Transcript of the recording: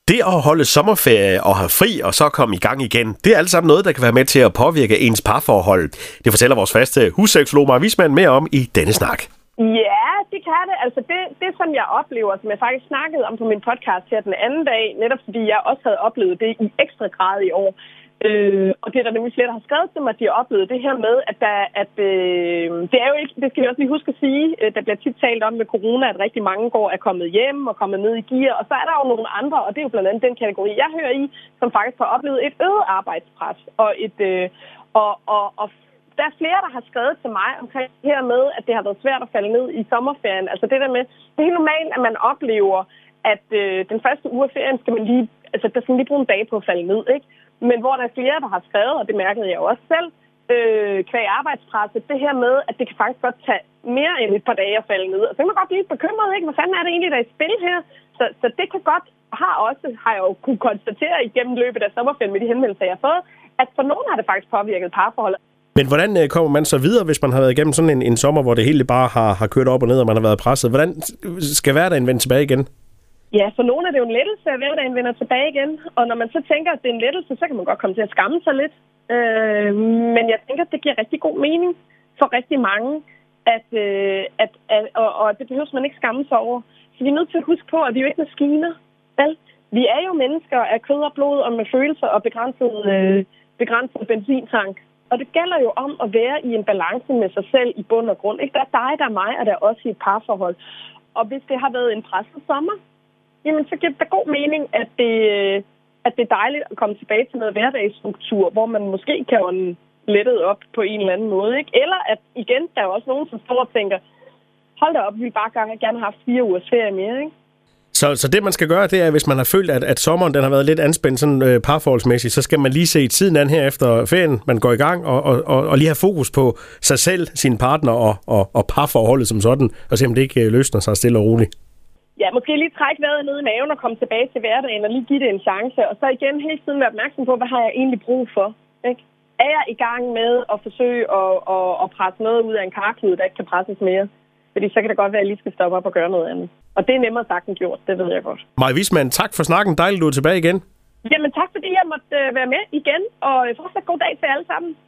Det at holde sommerferie og have fri og så komme i gang igen, det er alt sammen noget, der kan være med til at påvirke ens parforhold. Det fortæller vores faste husseksolog Maja Wissmann mere om i denne snak. Ja, det kan det. Altså det som jeg oplever, som jeg faktisk snakkede om på min podcast her den anden dag, netop fordi jeg også havde oplevet det i ekstra grad i år. Og det er der nemlig flere, der har skrevet til mig, at de har oplevet det her med, at det er jo ikke, det skal vi også lige huske at sige, der bliver tit talt om med corona, at rigtig mange er kommet hjem og kommet ned i gear, og så er der jo nogle andre, og det er jo blandt andet den kategori, jeg hører i, som faktisk har oplevet et øget arbejdspres, og der er flere, der har skrevet til mig omkring det her med, at det har været svært at falde ned i sommerferien. Altså det der med, det er helt normalt, at man oplever, at den første uge af ferien skal man lige, altså der skal man lige bruge en dag på at falde ned, ikke? Men hvor der er flere, der har skrevet, og det mærkede jeg jo også selv, kvæg arbejdspresset, det her med, at det kan faktisk godt tage mere end et par dage at falde ned. Og så kan man godt blive bekymret, ikke? Hvad fanden er det egentlig, der er i spil her? Så det kan godt, har jeg jo kunne konstatere igennem løbet af sommerferien med de henvendelser, jeg har fået, at for nogen har det faktisk påvirket parforholdet. Men hvordan kommer man så videre, hvis man har været igennem sådan en sommer, hvor det hele bare har kørt op og ned, og man har været presset? Hvordan skal hverdagen vende tilbage igen? Ja, for nogle er det jo en lettelse, at hverdagen vender tilbage igen. Og når man så tænker, at det er en lettelse, så kan man godt komme til at skamme sig lidt. Men jeg tænker, at det giver rigtig god mening for rigtig mange, og det behøver man ikke skamme sig over. Så vi er nødt til at huske på, at vi er jo ikke maskiner. Vel? Vi er jo mennesker af kød og blod og med følelser og begrænset benzintank. Og det gælder jo om at være i en balance med sig selv i bund og grund. Ikke? Der er dig, der er mig, og der er også i et parforhold. Og hvis det har været en presset sommer, jamen så giver det god mening, at det er dejligt at komme tilbage til noget hverdagsstruktur, hvor man måske kan ånde lettet op på en eller anden måde. Ikke? Eller at igen, der er jo også nogen, som står og tænker, hold da op, vi vil bare gerne have haft 4 ugers ferie mere, ikke? Så det, man skal gøre, det er, hvis man har følt, at sommeren den har været lidt anspændt sådan parforholdsmæssigt, så skal man lige se tiden an her efter ferien, man går i gang, og lige have fokus på sig selv, sin partner og parforholdet som sådan, og se, om det ikke løsner sig stille og roligt. Ja, måske lige trække vejret ned i maven og komme tilbage til hverdagen og lige give det en chance, og så igen hele tiden være opmærksom på, hvad har jeg egentlig brug for, ikke? Er jeg i gang med at forsøge at presse noget ud af en karklud, der ikke kan presses mere? Fordi så kan det godt være, at jeg lige skal stoppe op og gøre noget andet. Og det er nemmere sagt end gjort, det ved jeg godt. Maja Wissmann, tak for snakken. Dejligt, du er tilbage igen. Jamen tak, fordi jeg måtte være med igen, og fortsat god dag til alle sammen.